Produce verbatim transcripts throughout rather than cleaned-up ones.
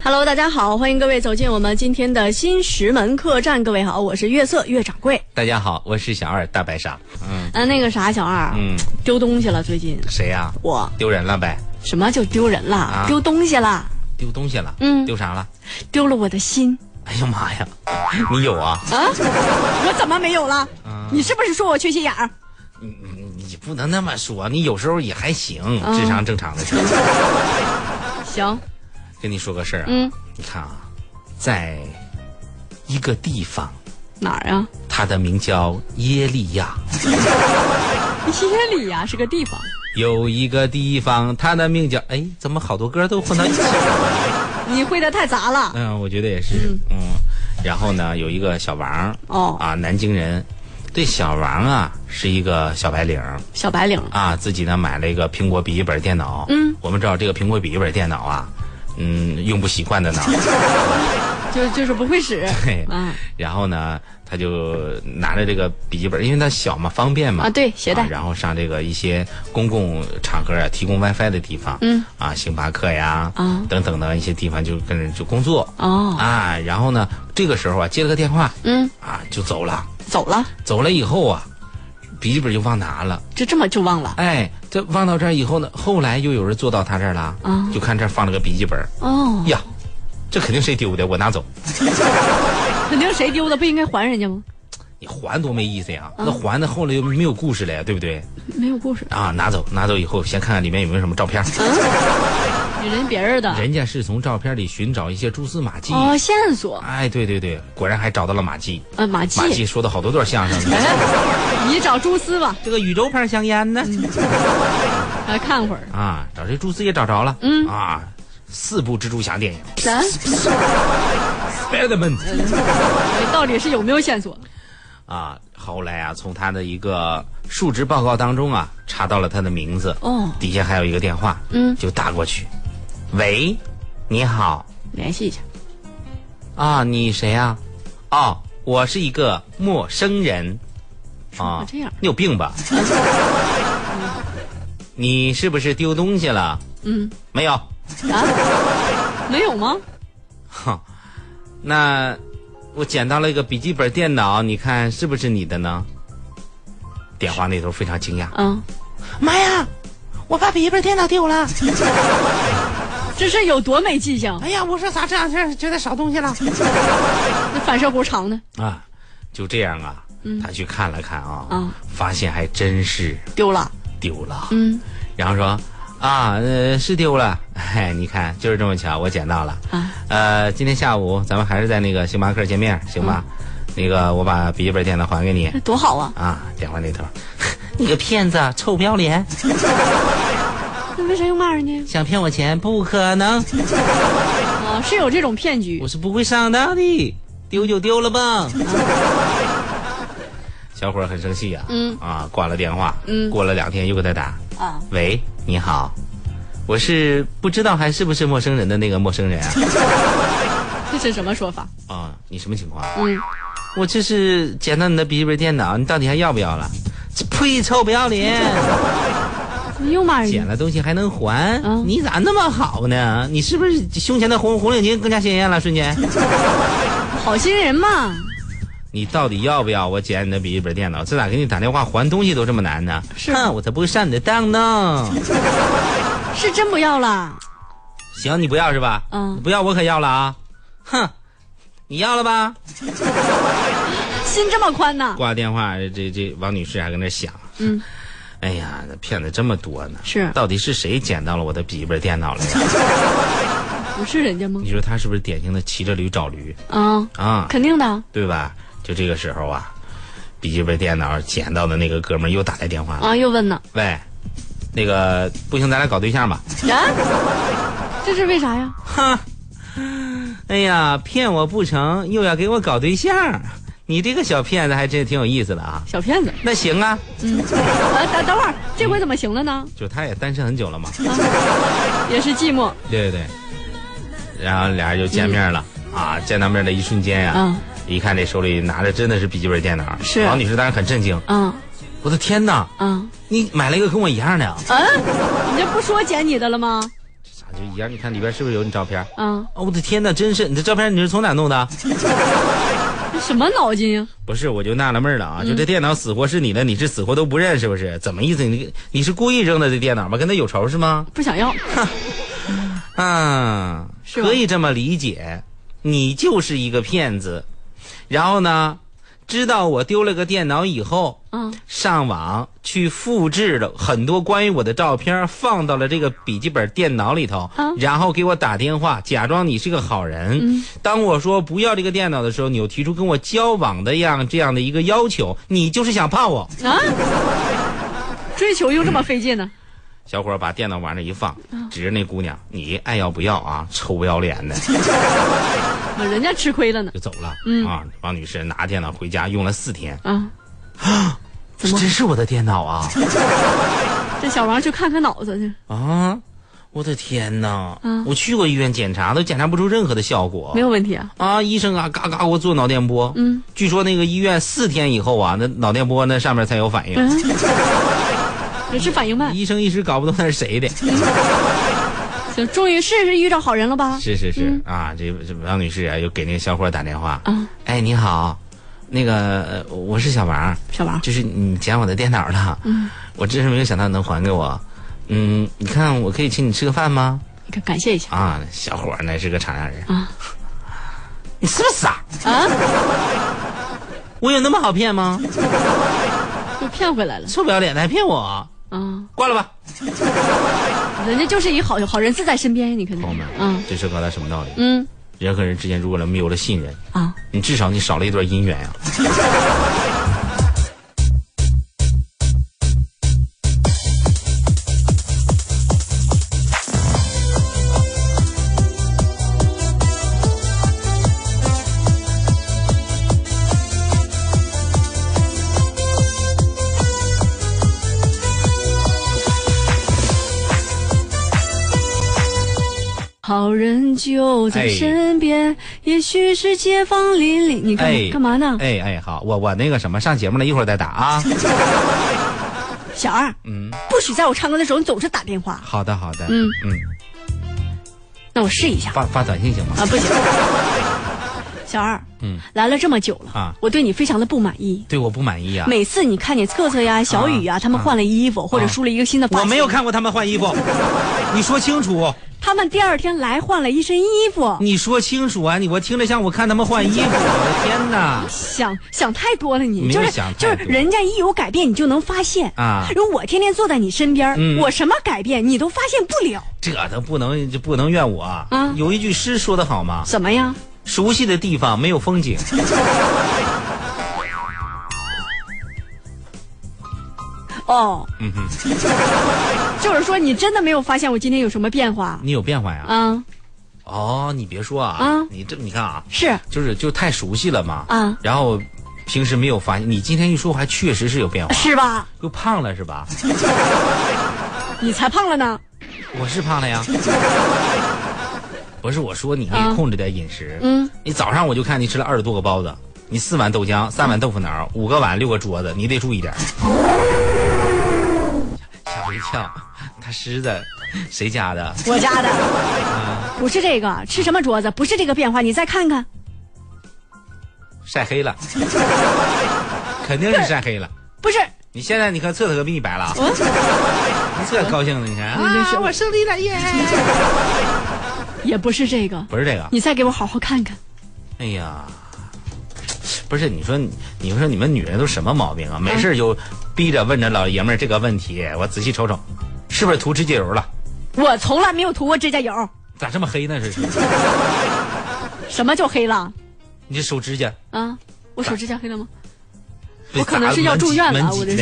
Hello， 大家好，欢迎各位走进我们今天的新石门客栈。各位好，我是月色月掌柜。 大家好，我是小二大白鲨。 嗯，啊，那个啥，小二，嗯，丢东西了，最近。 谁呀、啊？ 我丢人了呗？ 什么就丢人了？啊、丢东西了？ 丢东西了？ 嗯， 丢啥了？ 丢了我的心。 哎呀妈呀，你有啊？ 啊，我怎么没有了？啊、你是不是说我缺心眼儿？ 你你你不能那么说，你有时候也还行，嗯、智商正常的事。 行。 跟你说个事儿啊， 嗯， 你看啊，在一个地方， 哪儿啊？ 它的名叫耶利亚。 耶利亚是个地方。 有一个地方，它的名叫……哎，怎么好多歌都混到一起了？ 你会的太杂了。 嗯，我觉得也是。嗯，嗯然后呢，有一个小王， 哦， 啊，南京人。对，小王啊是一个小白领， 小白领啊，自己呢买了一个苹果笔记本电脑。 嗯， 我们知道这个苹果笔记本电脑啊。嗯，用不习惯的呢， 就就是不会使。 对， 啊， 然后呢，他就拿着这个笔记本，因为它小嘛，方便嘛。 啊，对，携带、 啊。然后上这个一些公共场合啊，提供 WiFi 的地方， 嗯， 啊，星巴克呀， 啊， 等等的一些地方就跟着就工作。 哦， 啊，然后呢，这个时候啊，接了个电话， 嗯， 啊，就走了， 走了， 走了以后啊。笔记本就忘拿了， 就这么就忘了。 哎，这忘到这儿以后呢，后来又有人坐到他这儿了， 啊， 就看这儿放了个笔记本。 哦呀，这肯定谁丢的，我拿走。 肯定谁丢的，不应该还人家吗？ 你还多没意思呀！啊、那还的后来又没有故事了呀，对不对？ 没有故事啊，拿走，拿走以后先看看里面有没有什么照片。 嗯，人别人的， 人家是从照片里寻找一些蛛丝马迹哦，线索。 哎，对对对，果然还找到了马迹。 呃，马迹， 马迹说的好多段相声。 哎，你找蛛丝吧。 这个宇宙牌香烟呢？ 嗯、来看会儿啊，找这蛛丝也找着了。 嗯啊，四部蜘蛛侠电影。 啥 ？Spiderman。 到底是有没有线索？ 啊，后来啊，从他的一个述职报告当中啊，查到了他的名字。 哦， 底下还有一个电话， 嗯， 就打过去。喂，你好， 联系一下。 啊，你谁呀、啊？哦，我是一个陌生人。 啊，这样， 你有病吧？你是不是丢东西了？ 嗯， 没有。 啊？没有吗？ 哼，那。我捡到了一个笔记本电脑，你看是不是你的呢？电话那头非常惊讶。 嗯， 妈呀，我把笔记本电脑丢了。 这是有多没记性？ 哎呀，我说咋这两天觉得少东西了？ 那反射弧长的啊，就这样啊。 嗯， 他去看了看啊， 啊， 发现还真是丢了， 丢了。 嗯， 然后说。啊，呃，是丢了，哎，你看，就是这么巧，我捡到了。 啊， 呃，今天下午咱们还是在那个星巴克见面，行吧？嗯、那个，我把笔记本电脑还给你， 多好啊！ 啊，电话那头，你个骗子，臭不要脸！ 那为啥要骂人家？ 想骗我钱，不可能。 啊，是有这种骗局， 我是不会上当的，丢就丢了吧。啊、小伙很生气呀、啊， 嗯， 啊，挂了电话， 嗯， 过了两天又给他打， 啊， 喂。你好，我是不知道还是不是陌生人的那个陌生人啊。 这是什么说法啊？你什么情况？ 嗯， 我这是捡到你的笔记本电脑，你到底还要不要了？这呸，臭不要脸！ 怎么又骂人？ 捡了东西还能还？ 嗯、 你咋那么好呢？你是不是胸前的红红领巾更加鲜艳了？瞬间， 好心人嘛。 你到底要不要我捡你的笔记本电脑？这咋给你打电话还东西都这么难呢？ 是， 哼，我才不会上你的当呢。 是真不要了。 行，你不要是吧？ 嗯， 不要我可要了啊！哼，你要了吧？ 心这么宽呢？ 挂电话，这这王女士还跟那想， 嗯， 哎呀，那骗子这么多呢。 是， 到底是谁捡到了我的笔记本电脑了呀？ 不是人家吗？ 你说他是不是典型的骑着驴找驴？ 啊啊， 肯定的， 对吧？就这个时候啊，笔记本电脑捡到的那个哥们儿又打来电话了啊，又问呢， 喂，那个不行，咱俩搞对象吧？ 啊，这是为啥呀？ 哈，哎呀，骗我不成，又要给我搞对象，你这个小骗子还真挺有意思的啊！ 小骗子， 那行啊， 嗯，啊，等等会儿，这回怎么行了呢？ 就他也单身很久了嘛， 啊、也是寂寞。 对对对，然后俩人就见面了、嗯、啊！见到面的一瞬间呀、啊， 嗯， 一看这手里拿着真的是笔记本电脑， 是王女士当然很震惊， 嗯， 我的天哪， 嗯， 你买了一个跟我一样的？ 嗯，你这不说捡你的了吗？ 啥就一样。你看里边是不是有你照片？ 啊， 哦，我的天哪，真是你这照片你是从哪弄的？ 什么脑筋呀？ 不是，我就纳了闷了啊！就这电脑死活是你的，你是死活都不认，是不是？怎么意思？你你是故意扔的这电脑吗？跟他有仇是吗？ 不想要。 啊，可以这么理解，你就是一个骗子。然后呢，知道我丢了个电脑以后，嗯，上网去复制了很多关于我的照片，放到了这个笔记本电脑里头，嗯，然后给我打电话，假装你是个好人。嗯，当我说不要这个电脑的时候，你又提出跟我交往的样这样的一个要求，你就是想泡我啊？ 追求又这么费劲呢？ 小伙把电脑往那一放，指着那姑娘，你爱要不要啊？臭不要脸的。 人家吃亏了呢， 就走了。嗯啊，王女士拿电脑回家用了四天。 啊， 怎么？这是我的电脑啊！ 这小王去看看脑子去啊！我的天哪！啊，我去过医院检查，都检查不出任何的效果。 没有问题啊！ 啊，医生啊，嘎嘎给我做脑电波。嗯，据说那个医院四天以后啊，那脑电波那上面才有反应。嗯， 也是反应慢。 医生一时搞不懂那是谁的。 行，终于是是遇到好人了吧？ 是是是、嗯、啊，这这王女士啊，又给那个小伙打电话。嗯，哎，你好，那个我是小王， 小王， 就是你捡我的电脑了。嗯，我真是没有想到能还给我。嗯，你看我可以请你吃个饭吗？ 你看感谢一下啊，小伙那是个长样人啊。你是不是傻啊？我有那么好骗吗？ 又骗回来了， 臭不要脸的还骗我啊！ 嗯， 挂了吧。 人家就是一好好人自在身边，你看。 朋友们，嗯，这是告诉他什么道理？ 嗯， 人和人之间如果没有了信任啊，你至少你少了一段姻缘呀、啊。 好人就在身边、哎、也许是街坊邻里。你干、哎、干嘛呢？ 哎哎，好，我我那个什么上节目了，一会儿再打啊。 小二，嗯，不许在我唱歌的时候你总是打电话。 好的好的，嗯嗯， 那我试一下， 发发短信行吗？ 啊，不行。小二，嗯，来了这么久了啊，我对你非常的不满意。 对我不满意啊！ 每次你看见策策呀、小雨呀、啊，他们换了衣服、啊、或者梳了一个新的发型， 我没有看过他们换衣服，你说清楚。 他们第二天来换了一身衣服， 你说清楚啊！你我听着像我看他们换衣服，我的天哪！ 想想太多了你， 你就是就是人家一有改变你就能发现啊。如果我天天坐在你身边、嗯，我什么改变你都发现不了， 这都不能就不能怨我啊！有一句诗说得好吗？ 什么呀？ 熟悉的地方没有风景。 哦，嗯哼，就是说你真的没有发现我今天有什么变化？ 你有变化呀？ 啊， 哦，你别说啊，啊，你这你看啊， 是， 就是就太熟悉了嘛，啊，然后平时没有发现，你今天一说还确实是有变化， 是吧？ 又胖了是吧？ 你才胖了呢， 我是胖了呀。不是我说你可以控制点饮食，嗯，你早上我就看你吃了二十多个包子，你四碗豆浆，三碗豆腐脑，五个碗，六个桌子，你得注意点。吓我一跳，他湿的，谁家的？ 我家的，啊、不是这个，吃什么桌子？不是这个变化，你再看看， 晒黑了，肯定是晒黑了。 不是， 你现在你看策策比你白了，你这高兴的，你看啊，我胜利了耶！ 也不是这个， 不是这个， 你再给我好好看看。 哎呀，不是你说你，你说你们女人都什么毛病啊？没事就逼着问着老爷们儿这个问题，我仔细瞅瞅，是不是涂指甲油了？ 我从来没有涂过指甲油。 咋这么黑呢？这是？ 什么叫黑了？ 你这手指甲啊？我手指甲黑了吗？我可能是要住院了，我这是。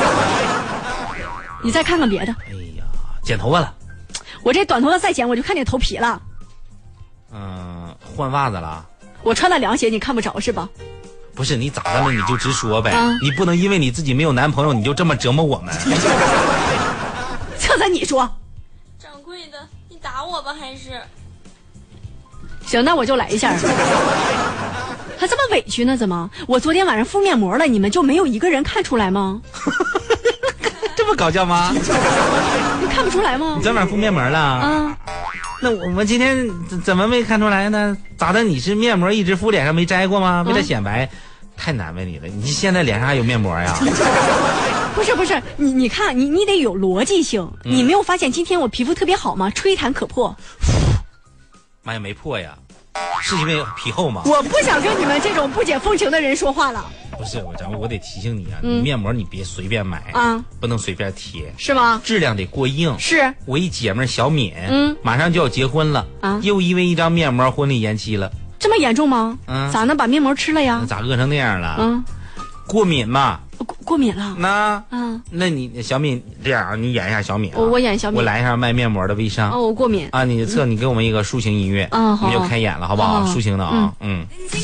你再看看别的。 哎呀，剪头发了。 我这短头发再剪，我就看见头皮了。 嗯、呃，换袜子了。 我穿的凉鞋，你看不着是吧？ 不是你咋的了？你就直说呗、啊。你不能因为你自己没有男朋友，你就这么折磨我们。 策策，你说。 掌柜的，你打我吧还是？ 行，那我就来一下。还这么委屈呢？怎么？我昨天晚上敷面膜了，你们就没有一个人看出来吗？ 这么搞笑吗？ 你看不出来吗？ 你昨晚敷面膜了啊？ 那我们今天怎么没看出来呢？咋的？你是面膜一直敷脸上没摘过吗？为了显白，嗯、太难为你了。你现在脸上还有面膜呀？ 不是不是，你你看你你得有逻辑性。嗯、你没有发现今天我皮肤特别好吗？吹弹可破。 妈呀，没破呀。是因为皮厚吗？ 我不想跟你们这种不解风情的人说话了。 不是我，掌柜，我得提醒你啊，嗯、你面膜你别随便买啊，不能随便贴， 是吗？ 质量得过硬。 是我一姐们小敏，嗯，马上就要结婚了啊，又因为一张面膜婚礼延期了。 这么严重吗？嗯，咋能把面膜吃了呀？ 那咋饿成那样了？嗯，过敏嘛。 过过敏了？ 那嗯，那你小敏这样啊，你演一下小敏、啊， 我我演小敏， 我来一下卖面膜的微商。 哦，我过敏啊，你测，你给我们一个抒情音乐，嗯，我们就开演了，好不好？抒情的啊，嗯。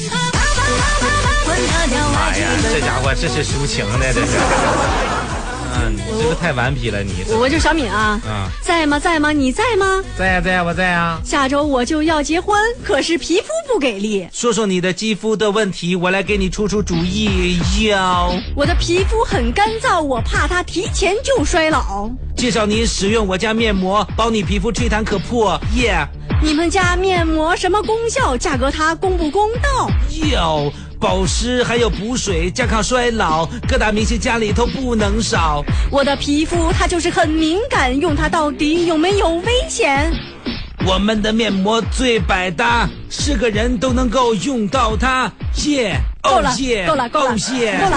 哎呀，这家伙这是抒情的，这是。嗯，你这个太顽皮了，你。 我就小敏啊，嗯，在吗？在吗？你在吗？ 在呀，在呀，我在啊。 下周我就要结婚，可是皮肤不给力。 说说你的肌肤的问题，我来给你出出主意。要我的皮肤很干燥，我怕它提前就衰老。 介绍你使用我家面膜，保你皮肤吹弹可破。耶、yeah ！ 你们家面膜什么功效？价格它公不公道？ 要。保湿还有补水，加抗衰老，各大明星家里头不能少。 我的皮肤它就是很敏感，用它到底有没有危险？ 我们的面膜最百搭，是个人都能够用到它。耶、 yeah, ，够了， oh yeah, 够了，够了， oh yeah 够了。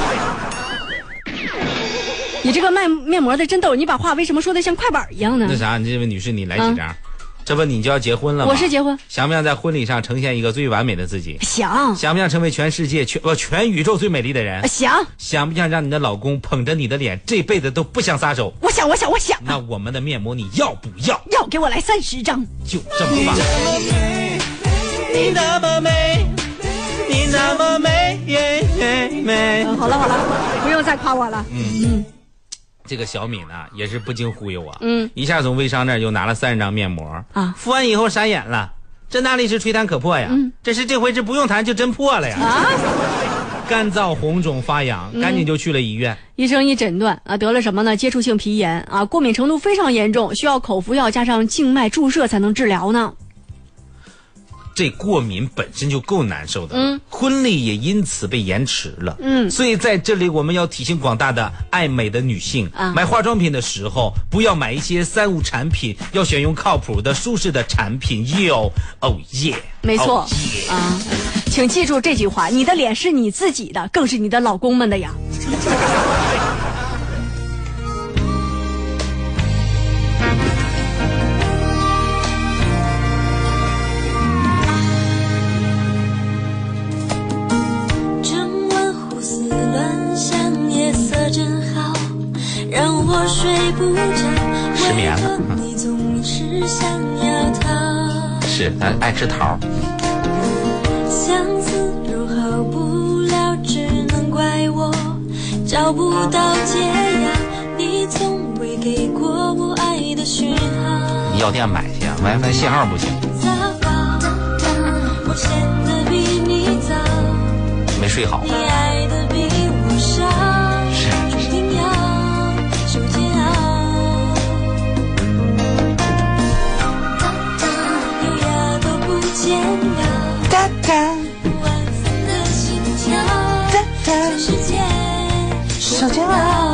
你这个卖面膜的真逗，你把话为什么说的像快板一样呢？ 那啥，你这位女士，你来几张？嗯，这不你就要结婚了吗？ 我是结婚， 想不想在婚礼上呈现一个最完美的自己？ 想。 想不想成为全世界全呃全宇宙最美丽的人？ 想。 想不想让你的老公捧着你的脸，这辈子都不想撒手？ 我想，我想，我想。 那我们的面膜你要不要？ 要，给我来三十张。 就这么吧。你那么美，你那么美，美美。 嗯，好了好了，不用再夸我了。嗯嗯。 这个小敏啊，也是不经忽悠啊，嗯，一下从微商那儿又拿了三十张面膜啊，敷完以后傻眼了，这哪里是吹弹可破呀？嗯，这是这回是不用弹就真破了呀！啊，干燥红肿发痒，赶紧就去了医院。嗯、 医生一诊断啊，得了什么呢？接触性皮炎啊，过敏程度非常严重，需要口服药加上静脉注射才能治疗呢。 这过敏本身就够难受的，嗯，婚礼也因此被延迟了，嗯，所以在这里我们要提醒广大的爱美的女性，啊，买化妆品的时候不要买一些三无产品，要选用靠谱的、舒适的产品。哟，哦耶， 没错，哦耶啊，请记住这句话：你的脸是你自己的，更是你的老公们的呀。 让我睡不着， 失眠了。 你总是想要逃， 是他爱吃桃。 相思又好不了，只能怪我找不到解药。你从未给过我爱的讯号。 你药店买去啊 ，WiFi 信号不行。 糟糕，我陷得比你早， 没睡好。 你爱的比我少。 哒哒， 万分的心跳，全世界手煎熬。